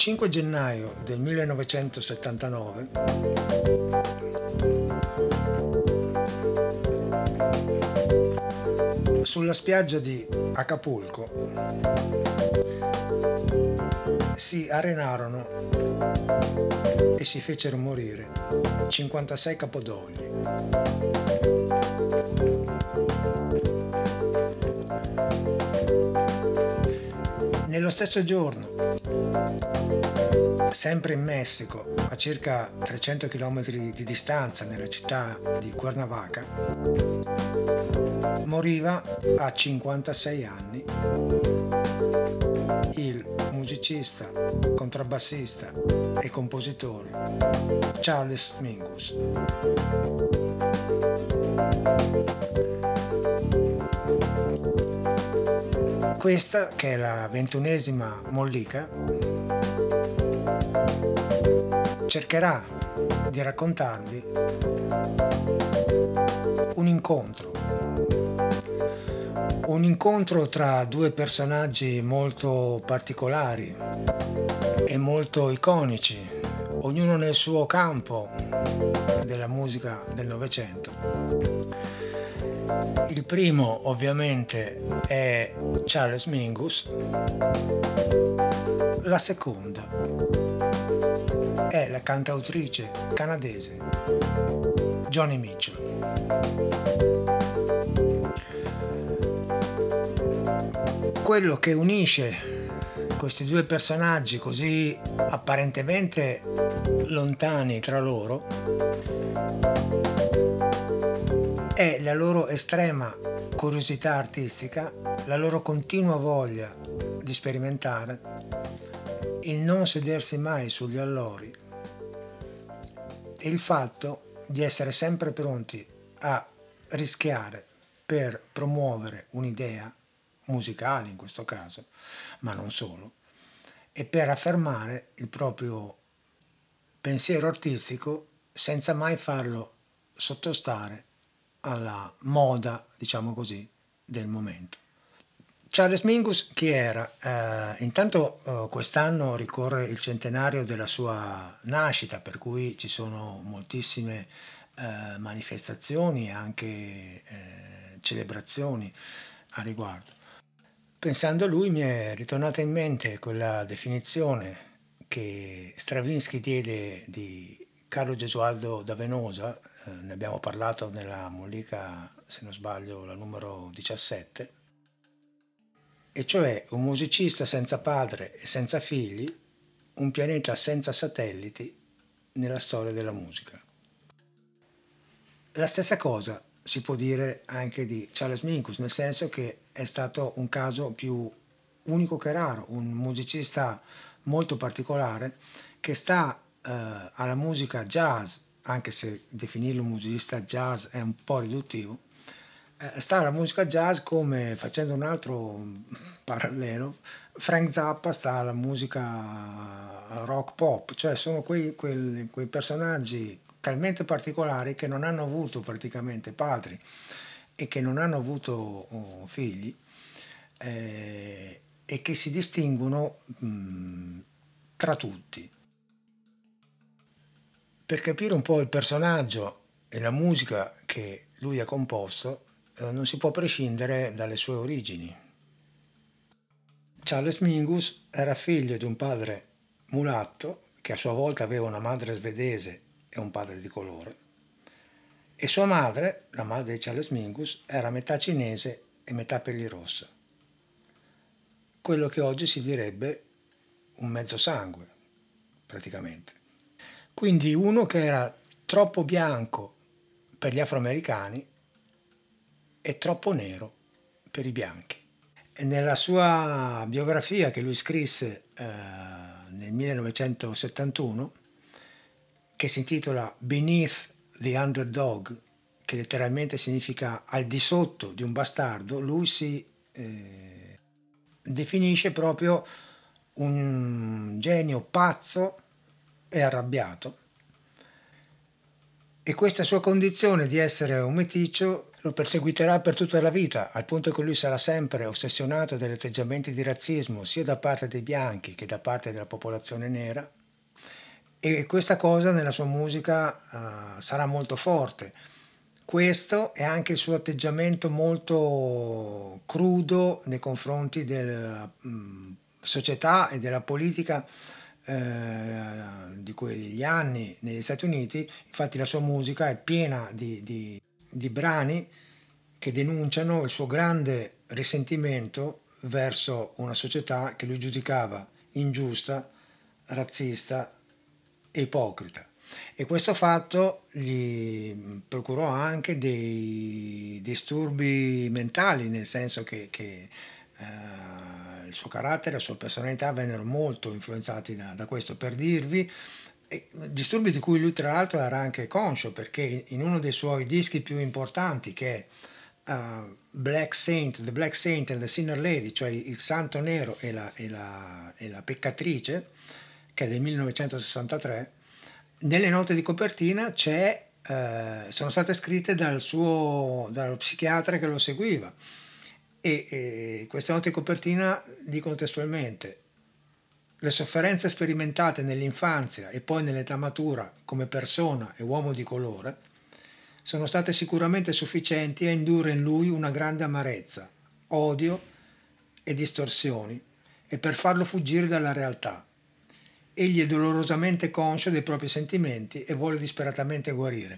5 gennaio del 1979 sulla spiaggia di Acapulco si arenarono e si fecero morire 56 capodogli. Nello stesso giorno, sempre in Messico, a circa 300 km di distanza nella città di Cuernavaca, moriva a 56 anni il musicista, contrabbassista e compositore Charles Mingus. Questa, che è la 21ª mollica, cercherà di raccontarvi un incontro tra due personaggi molto particolari e molto iconici, ognuno nel suo campo della musica del Novecento. Il primo ovviamente è Charles Mingus, la seconda è la cantautrice canadese Joni Mitchell. Quello che unisce questi due personaggi così apparentemente lontani tra loro è la loro estrema curiosità artistica, la loro continua voglia di sperimentare, il non sedersi mai sugli allori e il fatto di essere sempre pronti a rischiare per promuovere un'idea musicale in questo caso, ma non solo, e per affermare il proprio pensiero artistico senza mai farlo sottostare alla moda, diciamo così, del momento. Charles Mingus chi era? Intanto quest'anno ricorre il centenario della sua nascita, per cui ci sono moltissime manifestazioni e anche celebrazioni a riguardo. Pensando a lui mi è ritornata in mente quella definizione che Stravinsky diede di Carlo Gesualdo da Venosa, ne abbiamo parlato nella mollica, se non sbaglio, la numero 17, e cioè un musicista senza padre e senza figli, un pianeta senza satelliti nella storia della musica. La stessa cosa si può dire anche di Charles Mingus, nel senso che è stato un caso più unico che raro, un musicista molto particolare che sta alla musica jazz, anche se definirlo musicista jazz è un po' riduttivo, sta alla musica jazz come, facendo un altro parallelo, Frank Zappa sta alla musica rock pop, cioè sono quei personaggi talmente particolari che non hanno avuto praticamente padri e che non hanno avuto figli e che si distinguono tra tutti. Per capire un po' il personaggio e la musica che lui ha composto non si può prescindere dalle sue origini. Charles Mingus era figlio di un padre mulatto che a sua volta aveva una madre svedese e un padre di colore, e sua madre, la madre di Charles Mingus, era metà cinese e metà pellirossa, quello che oggi si direbbe un mezzo sangue praticamente. Quindi uno che era troppo bianco per gli afroamericani e troppo nero per i bianchi. E nella sua biografia che lui scrisse nel 1971, che si intitola Beneath the Underdog, che letteralmente significa al di sotto di un bastardo, lui si definisce proprio un genio pazzo e arrabbiato, e questa sua condizione di essere un meticcio lo perseguiterà per tutta la vita, al punto che lui sarà sempre ossessionato dagli atteggiamenti di razzismo sia da parte dei bianchi che da parte della popolazione nera, e questa cosa nella sua musica sarà molto forte. Questo è anche il suo atteggiamento molto crudo nei confronti della società e della politica di quegli anni negli Stati Uniti. Infatti la sua musica è piena di brani che denunciano il suo grande risentimento verso una società che lui giudicava ingiusta, razzista e ipocrita. E questo fatto gli procurò anche dei disturbi mentali, nel senso che il suo carattere, la sua personalità vennero molto influenzati da questo. Per dirvi, disturbi di cui lui tra l'altro era anche conscio, perché in uno dei suoi dischi più importanti, che è Black Saint, The Black Saint and the Sinner Lady, cioè il santo nero e la peccatrice, che è del 1963, nelle note di copertina sono state scritte dallo psichiatra che lo seguiva, e queste note di copertina dicono testualmente: le sofferenze sperimentate nell'infanzia e poi nell'età matura come persona e uomo di colore sono state sicuramente sufficienti a indurre in lui una grande amarezza, odio e distorsioni, e per farlo fuggire dalla realtà. Egli è dolorosamente conscio dei propri sentimenti e vuole disperatamente guarire.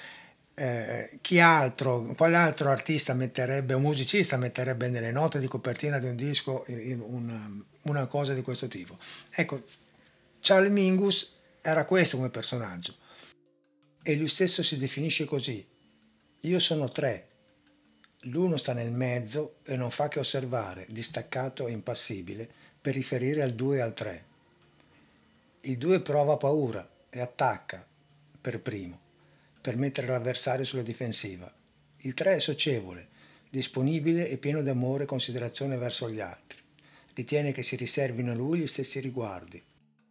Quale altro artista metterebbe, un musicista metterebbe nelle note di copertina di un disco una cosa di questo tipo? Ecco, Charlie Mingus era questo come personaggio, e lui stesso si definisce così: io sono tre, l'uno sta nel mezzo e non fa che osservare, distaccato e impassibile, per riferire al due e al tre. Il 2 prova paura e attacca per primo, per mettere l'avversario sulla difensiva. Il 3 è socievole, disponibile e pieno di amore e considerazione verso gli altri. Ritiene che si riservino a lui gli stessi riguardi.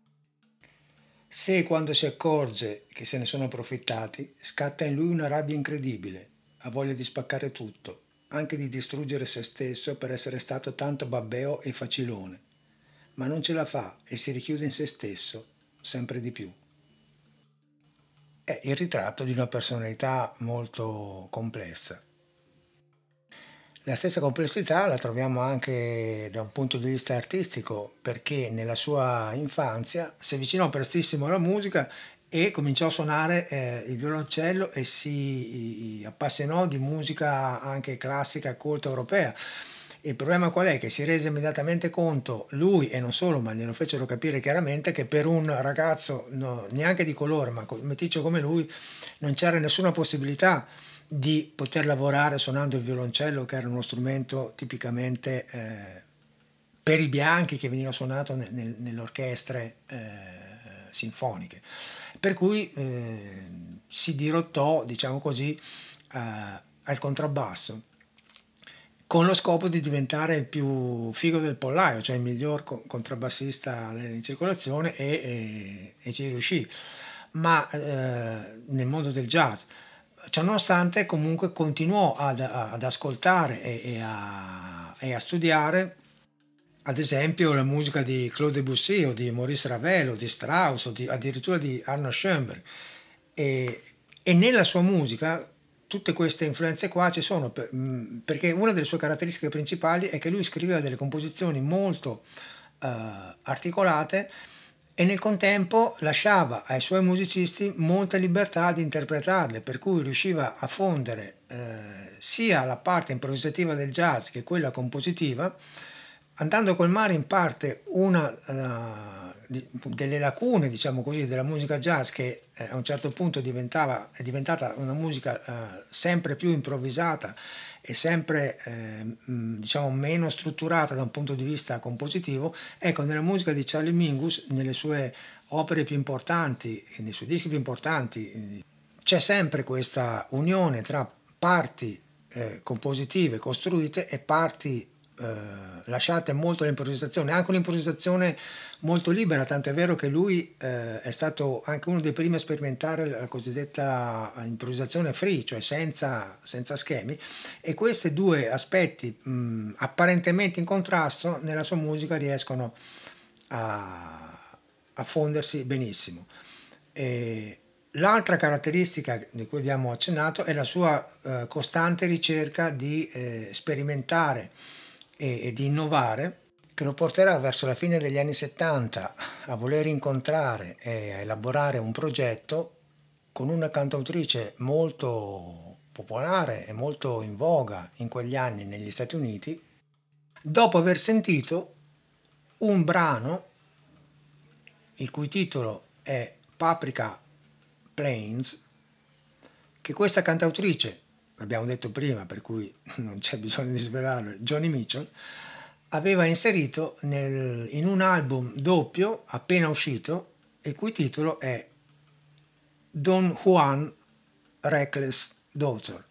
Se quando si accorge che se ne sono approfittati, scatta in lui una rabbia incredibile, ha voglia di spaccare tutto, anche di distruggere se stesso per essere stato tanto babbeo e facilone, ma non ce la fa e si richiude in se stesso sempre di più. È il ritratto di una personalità molto complessa. La stessa complessità la troviamo anche da un punto di vista artistico, perché nella sua infanzia si avvicinò prestissimo alla musica e cominciò a suonare il violoncello e si appassionò di musica anche classica colta europea. Il problema qual è? Che si rese immediatamente conto, lui e non solo, ma glielo fecero capire chiaramente, che per un ragazzo neanche di colore, ma meticcio come lui, non c'era nessuna possibilità di poter lavorare suonando il violoncello, che era uno strumento tipicamente per i bianchi, che veniva suonato nelle orchestre sinfoniche. Per cui si dirottò, diciamo così, al contrabbasso, con lo scopo di diventare il più figo del pollaio, cioè il miglior contrabbassista in circolazione, e ci riuscì. Ma nel mondo del jazz, ciononostante, comunque continuò ad ascoltare e a studiare, ad esempio, la musica di Claude Debussy o di Maurice Ravel o di Strauss o addirittura di Arnold Schoenberg, e nella sua musica tutte queste influenze qua ci sono, perché una delle sue caratteristiche principali è che lui scriveva delle composizioni molto articolate, e nel contempo lasciava ai suoi musicisti molta libertà di interpretarle, per cui riusciva a fondere sia la parte improvvisativa del jazz che quella compositiva, andando a colmare in parte una delle lacune, diciamo così, della musica jazz, che a un certo punto è diventata una musica sempre più improvvisata e sempre diciamo meno strutturata da un punto di vista compositivo. Ecco, nella musica di Charlie Mingus, nelle sue opere più importanti, nei suoi dischi più importanti, c'è sempre questa unione tra parti compositive costruite e parti lasciate molto all'improvvisazione, anche un'improvvisazione molto libera, tanto è vero che lui è stato anche uno dei primi a sperimentare la cosiddetta improvvisazione free, cioè senza schemi, e questi due aspetti apparentemente in contrasto nella sua musica riescono a fondersi benissimo. E l'altra caratteristica di cui abbiamo accennato è la sua costante ricerca di sperimentare e di innovare, che lo porterà verso la fine degli anni 70 a voler incontrare e a elaborare un progetto con una cantautrice molto popolare e molto in voga in quegli anni negli Stati Uniti, dopo aver sentito un brano il cui titolo è Paprika Plains, che questa cantautrice, l'abbiamo detto prima, per cui non c'è bisogno di svelarlo, Joni Mitchell, aveva inserito in un album doppio appena uscito, il cui titolo è Don Juan Reckless Daughter.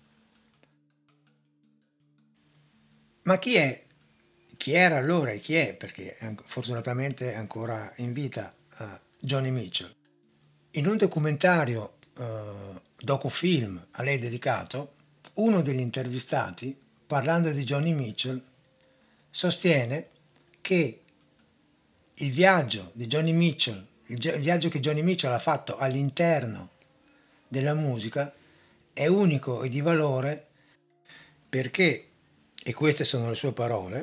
Ma chi era allora e chi è, perché fortunatamente è ancora in vita, Joni Mitchell? In un documentario docufilm a lei dedicato, uno degli intervistati, parlando di Joni Mitchell, sostiene che il viaggio di Joni Mitchell, il viaggio che Joni Mitchell ha fatto all'interno della musica è unico e di valore perché, e queste sono le sue parole,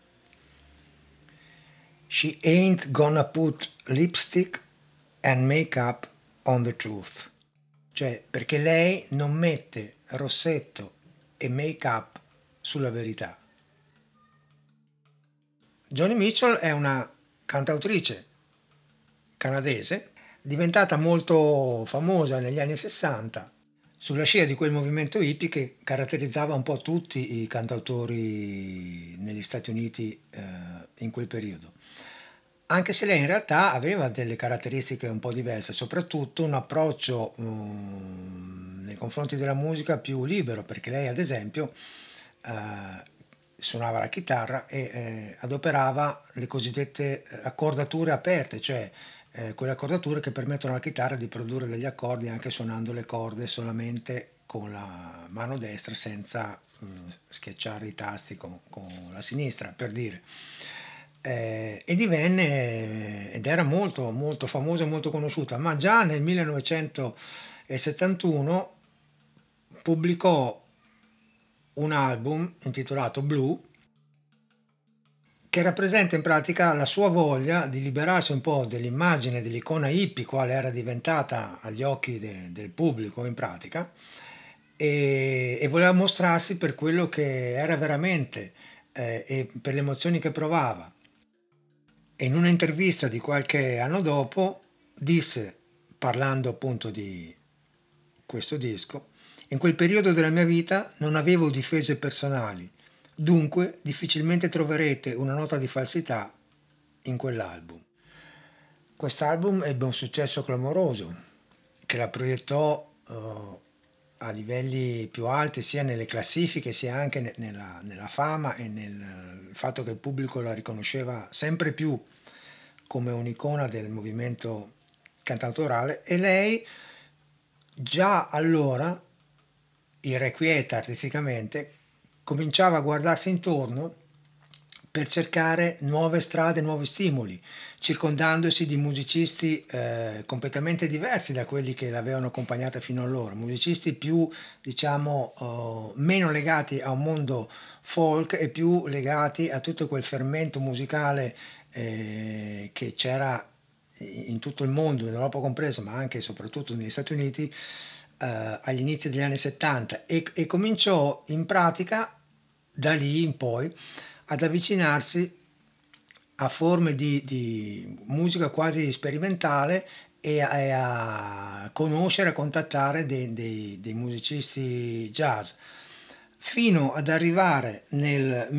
"She ain't gonna put lipstick and makeup on the truth", cioè perché lei non mette rossetto e make-up sulla verità. Joni Mitchell è una cantautrice canadese diventata molto famosa negli anni 60 sulla scia di quel movimento hippie che caratterizzava un po' tutti i cantautori negli Stati Uniti in quel periodo. Anche se lei in realtà aveva delle caratteristiche un po' diverse, soprattutto un approccio nei confronti della musica più libero, perché lei ad esempio suonava la chitarra e adoperava le cosiddette accordature aperte, cioè quelle accordature che permettono alla chitarra di produrre degli accordi anche suonando le corde solamente con la mano destra senza schiacciare i tasti con la sinistra, per dire. E divenne ed era molto, molto famosa e molto conosciuta, ma già nel 1971 pubblicò un album intitolato Blue, che rappresenta in pratica la sua voglia di liberarsi un po' dell'immagine dell'icona hippie quale era diventata agli occhi del pubblico in pratica, e voleva mostrarsi per quello che era veramente e per le emozioni che provava. E in un'intervista di qualche anno dopo disse, parlando appunto di questo disco: "In quel periodo della mia vita non avevo difese personali, dunque difficilmente troverete una nota di falsità in quell'album". Quest'album ebbe un successo clamoroso che la proiettò a livelli più alti sia nelle classifiche sia anche nella fama e nel fatto che il pubblico la riconosceva sempre più come un'icona del movimento cantautorale, e lei già allora, irrequieta artisticamente, cominciava a guardarsi intorno per cercare nuove strade, nuovi stimoli, circondandosi di musicisti completamente diversi da quelli che l'avevano accompagnata fino allora, musicisti più, diciamo, meno legati a un mondo folk e più legati a tutto quel fermento musicale che c'era in tutto il mondo, in Europa compresa, ma anche e soprattutto negli Stati Uniti agli inizi degli anni 70, e cominciò in pratica da lì in poi ad avvicinarsi a forme di musica quasi sperimentale a conoscere, a contattare dei musicisti jazz, fino ad arrivare nel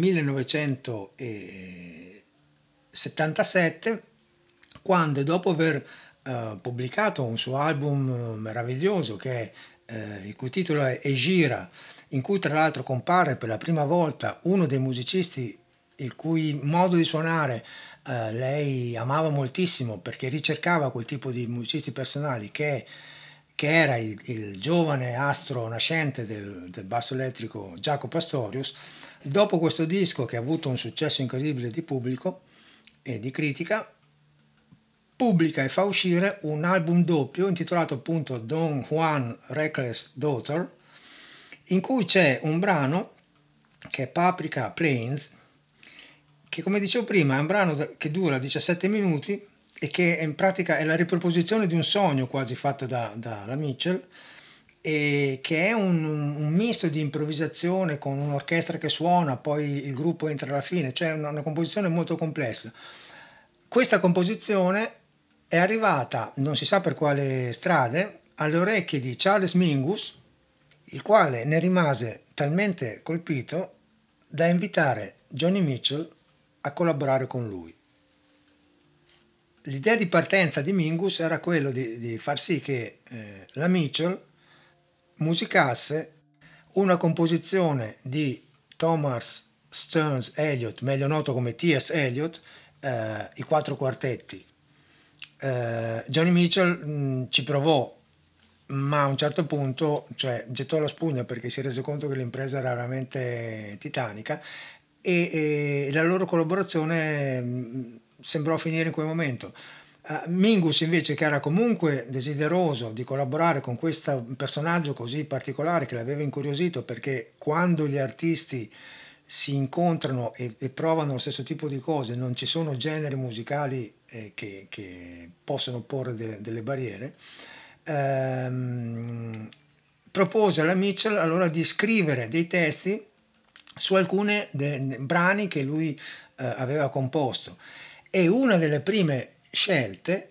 1977, quando dopo aver pubblicato un suo album meraviglioso il cui titolo è Egira, in cui tra l'altro compare per la prima volta uno dei musicisti il cui modo di suonare lei amava moltissimo perché ricercava quel tipo di musicisti personali che era il giovane astro nascente del basso elettrico Jaco Pastorius. Dopo questo disco, che ha avuto un successo incredibile di pubblico e di critica, pubblica e fa uscire un album doppio intitolato appunto Don Juan Reckless Daughter, in cui c'è un brano che è Paprika Plains, che come dicevo prima è un brano che dura 17 minuti e che in pratica è la riproposizione di un sogno quasi fatto da Mitchell, e che è un misto di improvvisazione con un'orchestra che suona, poi il gruppo entra alla fine, cioè una composizione molto complessa. Questa composizione è arrivata, non si sa per quale strade, alle orecchie di Charles Mingus, il quale ne rimase talmente colpito da invitare Joni Mitchell a collaborare con lui. L'idea di partenza di Mingus era quello di far sì che la Mitchell musicasse una composizione di Thomas Stearns Eliot, meglio noto come T.S. Eliot, i quattro quartetti. Joni Mitchell ci provò, ma a un certo punto, cioè, gettò la spugna perché si rese conto che l'impresa era veramente titanica, e la loro collaborazione sembrò finire in quel momento. Mingus invece, che era comunque desideroso di collaborare con questo personaggio così particolare che l'aveva incuriosito, perché quando gli artisti si incontrano e provano lo stesso tipo di cose non ci sono generi musicali che possono porre delle barriere, propose alla Mitchell allora di scrivere dei testi su alcuni brani che lui aveva composto, e una delle prime scelte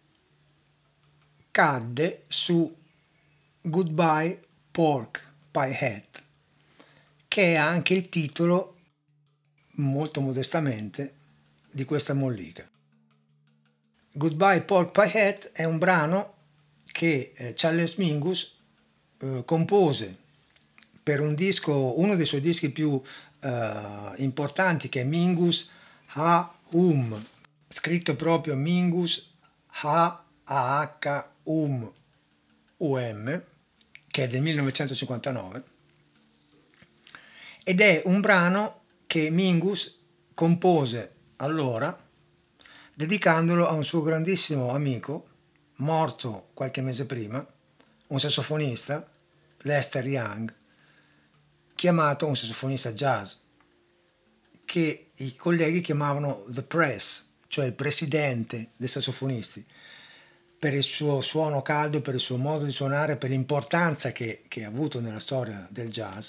cadde su Goodbye Pork Pie Hat, che è anche il titolo, molto modestamente, di questa mollica. Goodbye Pork Pie Hat è un brano che Charles Mingus compose per un disco, uno dei suoi dischi più importanti, che è Mingus Ha scritto proprio Mingus H che è del 1959, ed è un brano che Mingus compose allora dedicandolo a un suo grandissimo amico morto qualche mese prima, un sassofonista, Lester Young, chiamato un sassofonista jazz, che i colleghi chiamavano The Press, cioè il presidente dei sassofonisti, per il suo suono caldo, per il suo modo di suonare, per l'importanza che ha avuto nella storia del jazz.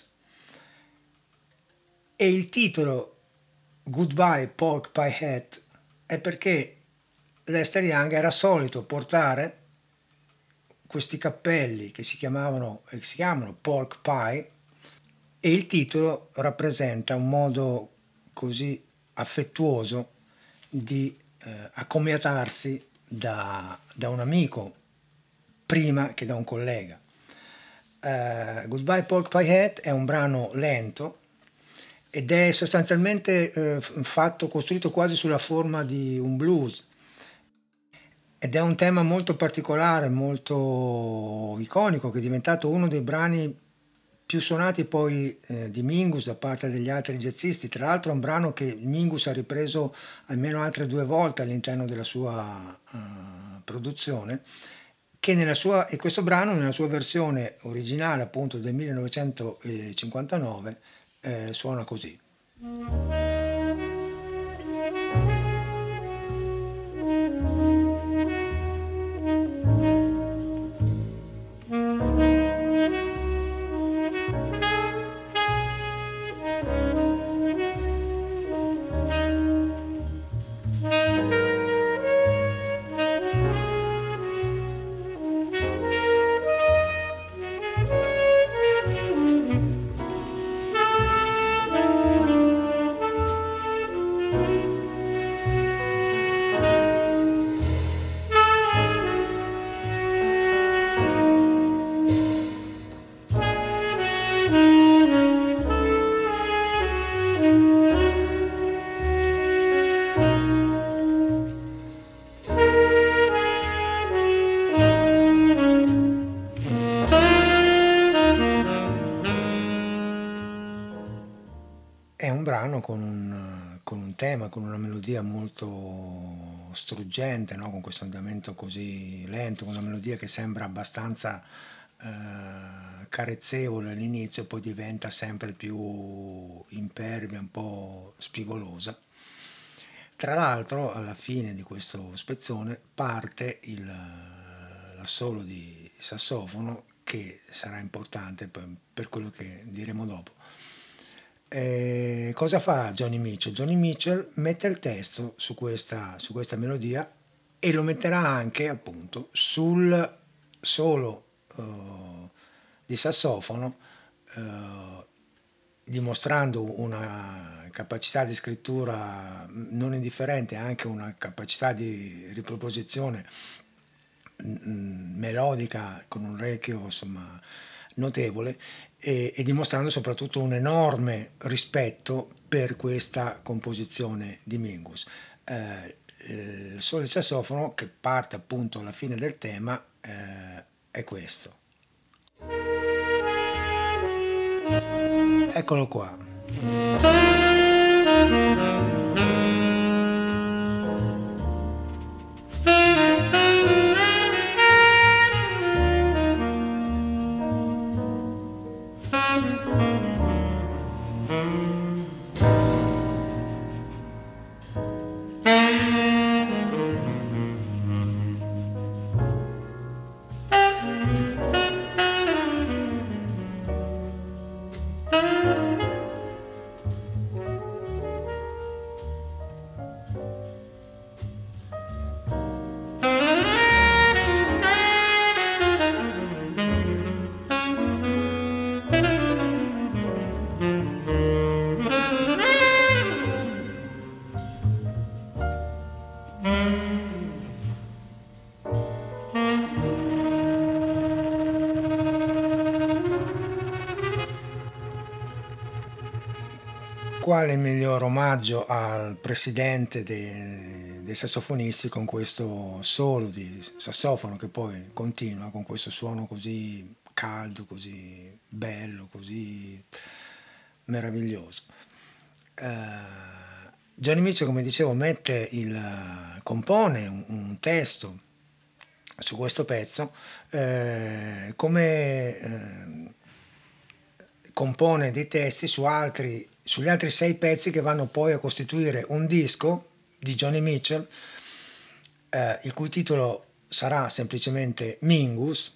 E il titolo Goodbye Pork Pie Hat è perché Lester Young era solito portare questi cappelli che si chiamano pork pie, e il titolo rappresenta un modo così affettuoso di accomiatarsi da un amico prima che da un collega. Goodbye Pork Pie Hat è un brano lento ed è sostanzialmente costruito quasi sulla forma di un blues, ed è un tema molto particolare, molto iconico, che è diventato uno dei brani più suonati poi di Mingus da parte degli altri jazzisti. Tra l'altro è un brano che Mingus ha ripreso almeno altre 2 volte all'interno della sua produzione, e questo brano nella sua versione originale appunto del 1959 suona così. con un tema, con una melodia molto struggente, no? Con questo andamento così lento, con una melodia che sembra abbastanza carezzevole all'inizio, poi diventa sempre più impervia, un po' spigolosa. Tra l'altro, alla fine di questo spezzone parte l'assolo di sassofono che sarà importante per quello che diremo dopo. Cosa fa Johnny Mitchell? Johnny Mitchell mette il testo su questa melodia e lo metterà anche appunto sul solo di sassofono, dimostrando una capacità di scrittura non indifferente, anche una capacità di riproposizione melodica con un orecchio insomma notevole, e dimostrando soprattutto un enorme rispetto per questa composizione di Mingus. Il solo di sassofono che parte appunto alla fine del tema è questo. Eccolo qua. Quale miglior omaggio al presidente dei sassofonisti con questo solo di sassofono che poi continua con questo suono così caldo, così bello, così meraviglioso. Johnny Mitchell, come dicevo, compone un testo su questo pezzo, come compone dei testi sugli altri 6 pezzi che vanno poi a costituire un disco di Johnny Mitchell, il cui titolo sarà semplicemente Mingus.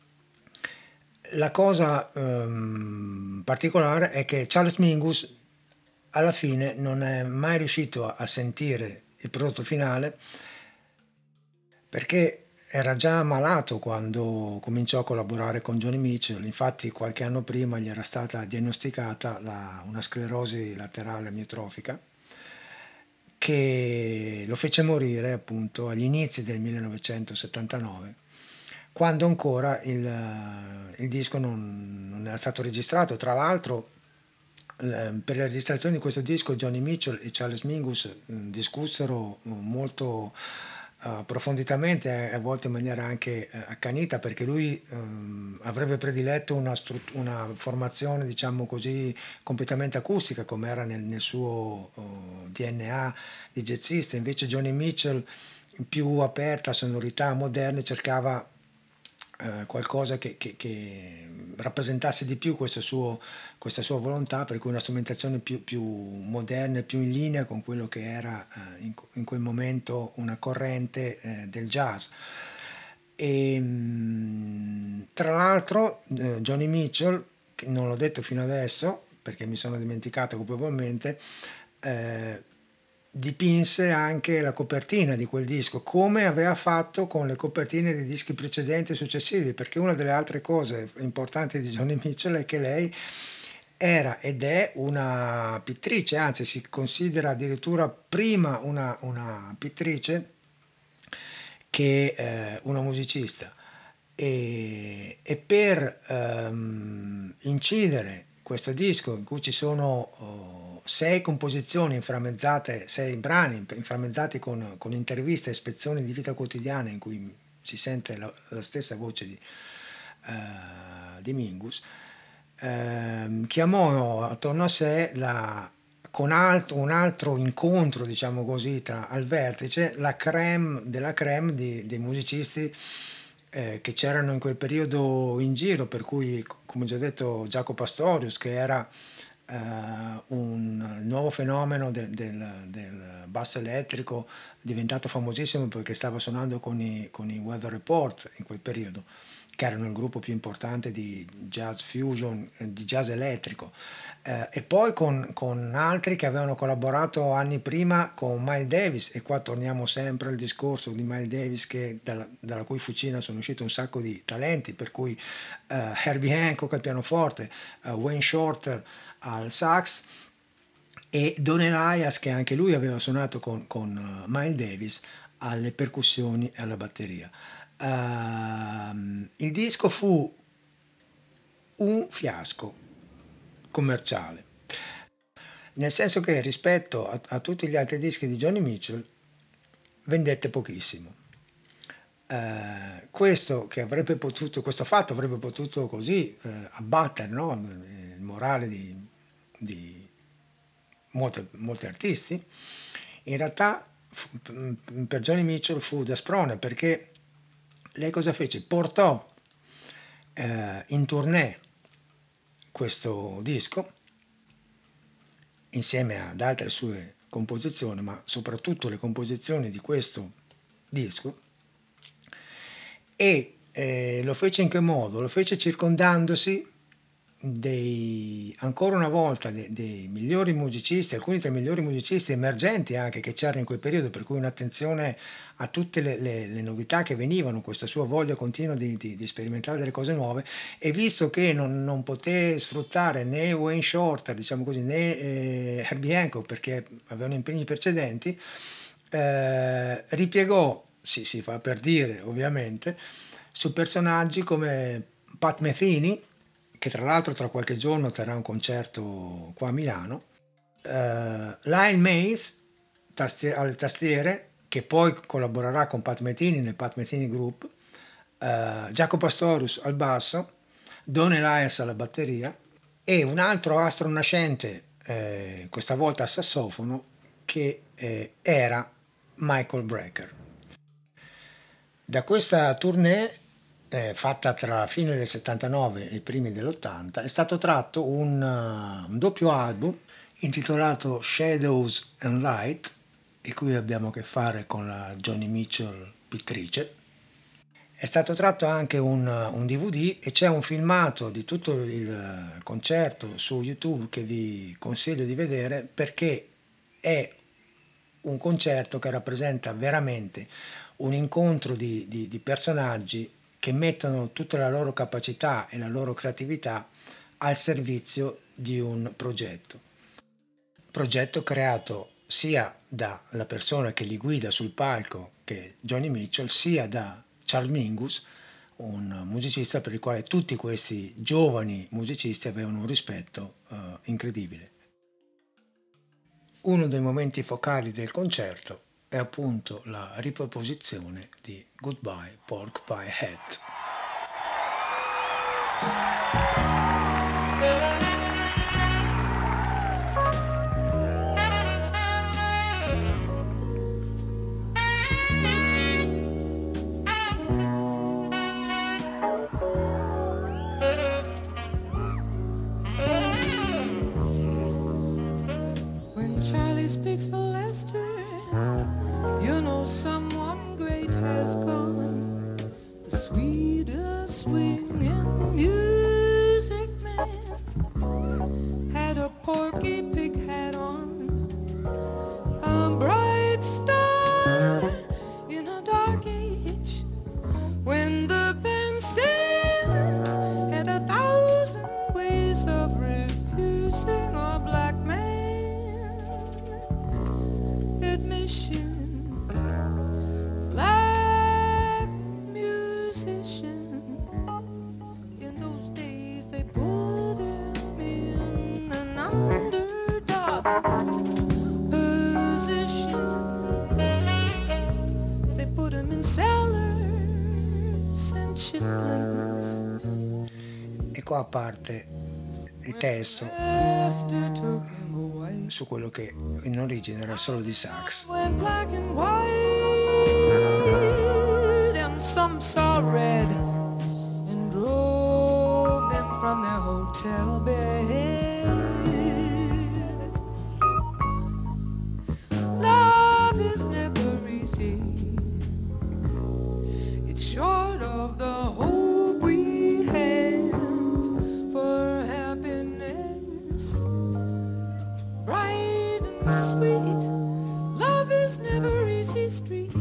La cosa particolare è che Charles Mingus alla fine non è mai riuscito a sentire il prodotto finale, perché era già malato quando cominciò a collaborare con Johnny Mitchell. Infatti qualche anno prima gli era stata diagnosticata una sclerosi laterale amiotrofica che lo fece morire appunto agli inizi del 1979, quando ancora il disco non era stato registrato. Tra l'altro, per la registrazione di questo disco Johnny Mitchell e Charles Mingus discussero molto approfonditamente, a volte in maniera anche accanita, perché lui avrebbe prediletto una formazione, diciamo così, completamente acustica, come era nel suo DNA di jazzista. Invece Johnny Mitchell, più aperta a sonorità moderne, cercava qualcosa che rappresentasse di più questa sua volontà, per cui una strumentazione più moderna, più in linea con quello che era in quel momento una corrente del jazz. E tra l'altro Johnny Mitchell, che non l'ho detto fino adesso perché mi sono dimenticato colpevolmente, dipinse anche la copertina di quel disco, come aveva fatto con le copertine dei dischi precedenti e successivi, perché una delle altre cose importanti di Johnny Mitchell è che lei era ed è una pittrice, anzi si considera addirittura prima una pittrice che una musicista, e per incidere questo disco, in cui ci sono 6 composizioni inframmezzate, 6 brani inframmezzati con interviste e spezzoni di vita quotidiana in cui si sente la stessa voce di Mingus, chiamò attorno a sé la con un altro incontro, diciamo così, al vertice, la crème della crème dei musicisti che c'erano in quel periodo in giro, per cui, come già detto, Jaco Pastorius, che era un nuovo fenomeno del basso elettrico, diventato famosissimo perché stava suonando con i Weather Report in quel periodo, che erano il gruppo più importante di jazz fusion, di jazz elettrico, e poi con altri che avevano collaborato anni prima con Miles Davis, e qua torniamo sempre al discorso di Miles Davis, che dalla cui fucina sono usciti un sacco di talenti, per cui Herbie Hancock al pianoforte, Wayne Shorter al sax, e Don Elias, che anche lui aveva suonato con Miles Davis, alle percussioni e alla batteria. Il disco fu un fiasco commerciale, nel senso che rispetto a tutti gli altri dischi di Joni Mitchell vendette pochissimo. Questo fatto avrebbe potuto così abbattere, no, il morale di molti artisti. In realtà per Joni Mitchell fu da sprone, perché lei cosa fece? Portò in tournée questo disco insieme ad altre sue composizioni, ma soprattutto le composizioni di questo disco, e lo fece in che modo? Lo fece circondandosi ancora una volta dei migliori musicisti, alcuni tra i migliori musicisti emergenti anche che c'erano in quel periodo, per cui un'attenzione a tutte le novità che venivano, questa sua voglia continua di sperimentare delle cose nuove. E visto che non poté sfruttare né Wayne Shorter, diciamo così, né Herbie Hancock, perché avevano impegni precedenti, ripiegò, si fa per dire ovviamente, su personaggi come Pat Metheny, che tra l'altro tra qualche giorno terrà un concerto qua a Milano, Lyle Mays alle tastiere, che poi collaborerà con Pat Metheny nel Pat Metheny Group, Jaco Pastorius al basso, Don Elias alla batteria, e un altro astro nascente, questa volta a sassofono, che era Michael Brecker. Da questa tournée, fatta tra la fine del 79 e i primi dell'80, è stato tratto un doppio album intitolato Shadows and Light, di cui abbiamo a che fare con la Joni Mitchell pittrice. È stato tratto anche un DVD, e c'è un filmato di tutto il concerto su YouTube che vi consiglio di vedere, perché è un concerto che rappresenta veramente un incontro di personaggi che mettono tutta la loro capacità e la loro creatività al servizio di un progetto creato sia dalla persona che li guida sul palco, che è Joni Mitchell, sia da Charles Mingus, un musicista per il quale tutti questi giovani musicisti avevano un rispetto incredibile. Uno dei momenti focali del concerto è appunto la riproposizione di Goodbye Pork Pie Hat. Speaks the Lester, you know someone great has gone. The sweetest swinging music man had a Porky Pig hat on, a bright star in a dark age, when the band stands at 1,000 ways of refusing a black man admission. Black musician, in those days they put him in an underdog position. They put him in cellars and chitlins. E qua parte il testo su quello che in origine era solo di sax. Went black and white, and some saw red, and drove them from their hotel bed. Love is never easy. It's short of the hope we have for happiness, bright and sweet. Love is never easy street.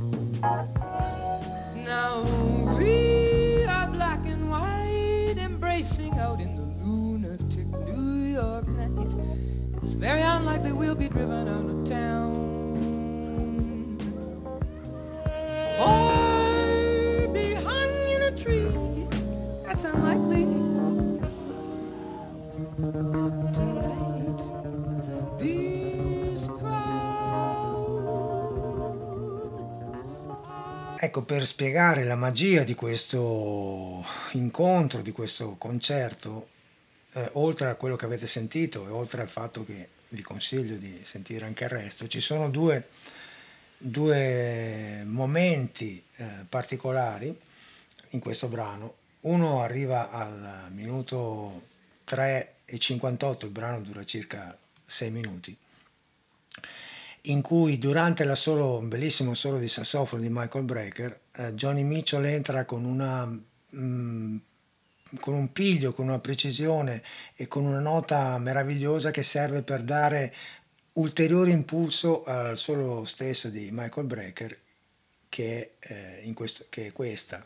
Now we are black and white, embracing out in the lunatic New York night. It's very unlikely we'll be driven out of town, or be hung in a tree. That's unlikely. Tonight, these crowds. Ecco, per spiegare la magia di questo incontro, di questo concerto, oltre a quello che avete sentito e oltre al fatto che vi consiglio di sentire anche il resto, ci sono due momenti particolari in questo brano. Uno arriva al minuto 3:58, il brano dura circa 6 minuti, in cui durante un bellissimo solo di sassofono di Michael Brecker, Johnny Mitchell entra con un piglio, con una precisione e con una nota meravigliosa che serve per dare ulteriore impulso al solo stesso di Michael Brecker, che è questa.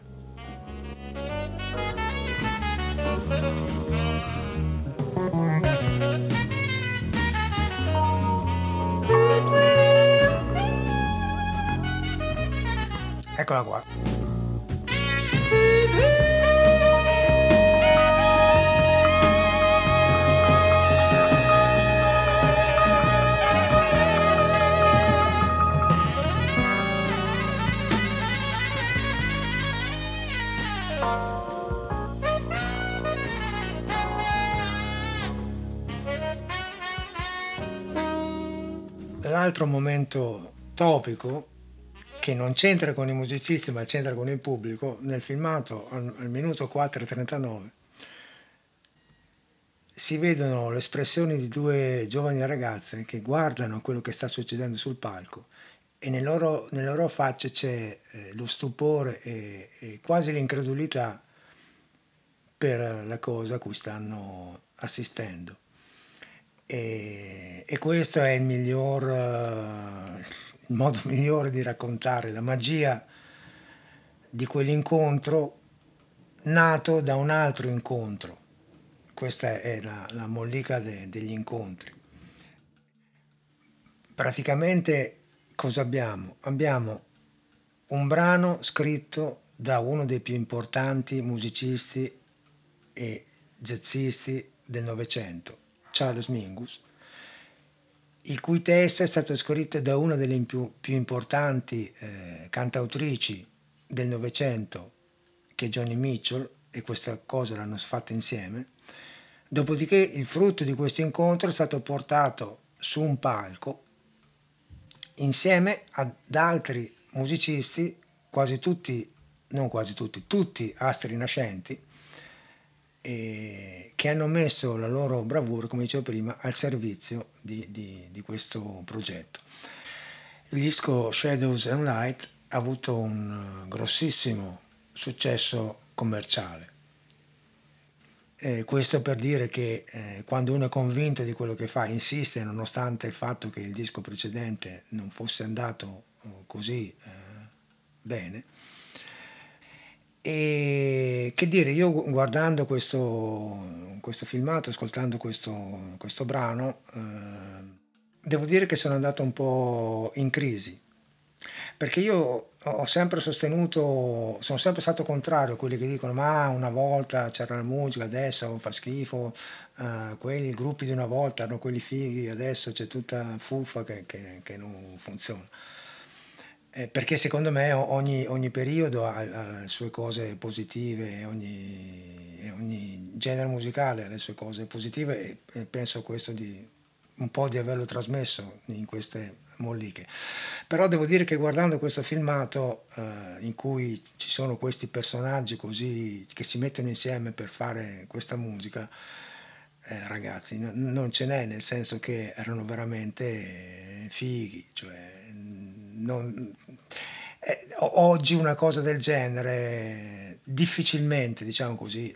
Eccola qua. L'altro momento topico, che non c'entra con i musicisti ma c'entra con il pubblico, nel filmato al minuto 4:39 si vedono le espressioni di due giovani ragazze che guardano quello che sta succedendo sul palco, e nelle loro facce c'è lo stupore e quasi l'incredulità per la cosa a cui stanno assistendo. E questo è il modo migliore di raccontare la magia di quell'incontro nato da un altro incontro. Questa è la mollica degli incontri. Praticamente cosa abbiamo? Abbiamo un brano scritto da uno dei più importanti musicisti e jazzisti del Novecento, Charles Mingus, il cui testo è stato scritto da una delle più importanti cantautrici del Novecento, che è Johnny Mitchell, e questa cosa l'hanno fatta insieme. Dopodiché il frutto di questo incontro è stato portato su un palco insieme ad altri musicisti, tutti astri nascenti, che hanno messo la loro bravura, come dicevo prima, al servizio di questo progetto. Il disco Shadows and Light ha avuto un grossissimo successo commerciale. Questo per dire che quando uno è convinto di quello che fa, insiste nonostante il fatto che il disco precedente non fosse andato così bene. E che dire, io guardando questo filmato, ascoltando questo brano, devo dire che sono andato un po' in crisi, perché io ho sempre sostenuto, sono sempre stato contrario a quelli che dicono ma una volta c'era la musica, adesso fa schifo, quelli gruppi di una volta erano quelli fighi, adesso c'è tutta fuffa che non funziona. Perché secondo me ogni periodo ha le sue cose positive, ogni genere musicale ha le sue cose positive, e penso questo di un po' di averlo trasmesso in queste molliche. Però devo dire che guardando questo filmato in cui ci sono questi personaggi così che si mettono insieme per fare questa musica, ragazzi, non ce n'è, nel senso che erano veramente fighi, cioè oggi una cosa del genere difficilmente, diciamo così,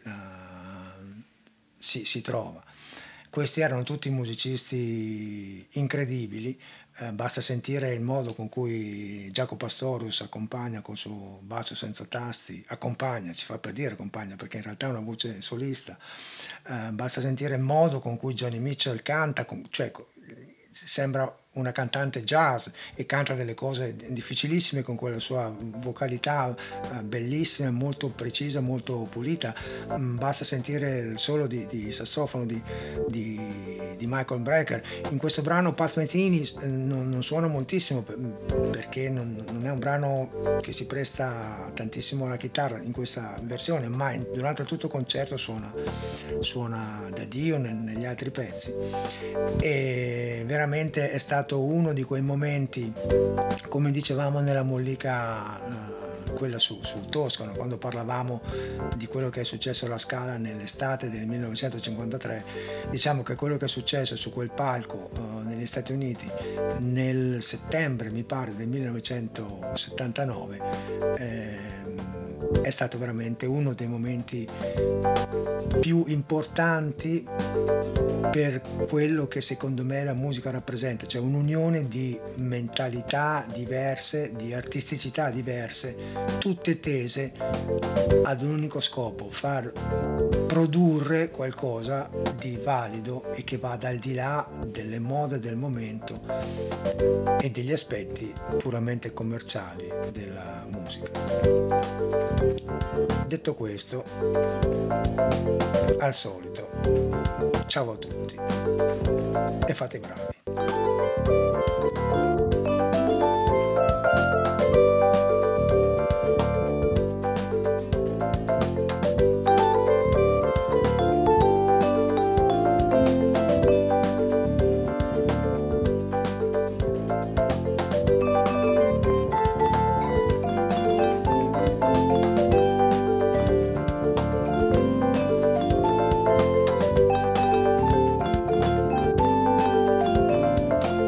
si trova. Questi erano tutti musicisti incredibili, basta sentire il modo con cui Jaco Pastorius accompagna col suo basso senza tasti, accompagna, si fa per dire accompagna perché in realtà è una voce solista, basta sentire il modo con cui Johnny Mitchell canta, cioè sembra una cantante jazz e canta delle cose difficilissime con quella sua vocalità bellissima, molto precisa, molto pulita. Basta sentire il solo di sassofono di Michael Brecker. In questo brano Pat Metheny non suona moltissimo perché non è un brano che si presta tantissimo alla chitarra in questa versione, ma durante tutto il concerto suona da Dio negli altri pezzi, e veramente è stato uno di quei momenti, come dicevamo nella mollica quella su Toscano, quando parlavamo di quello che è successo alla Scala nell'estate del 1953, diciamo che quello che è successo su quel palco negli Stati Uniti nel settembre, mi pare, del 1979 è stato veramente uno dei momenti più importanti per quello che secondo me la musica rappresenta, cioè un'unione di mentalità diverse, di artisticità diverse, tutte tese ad un unico scopo: far produrre qualcosa di valido e che vada al di là delle mode del momento e degli aspetti puramente commerciali della musica. Detto questo, al solito, ciao a tutti e fate i bravi.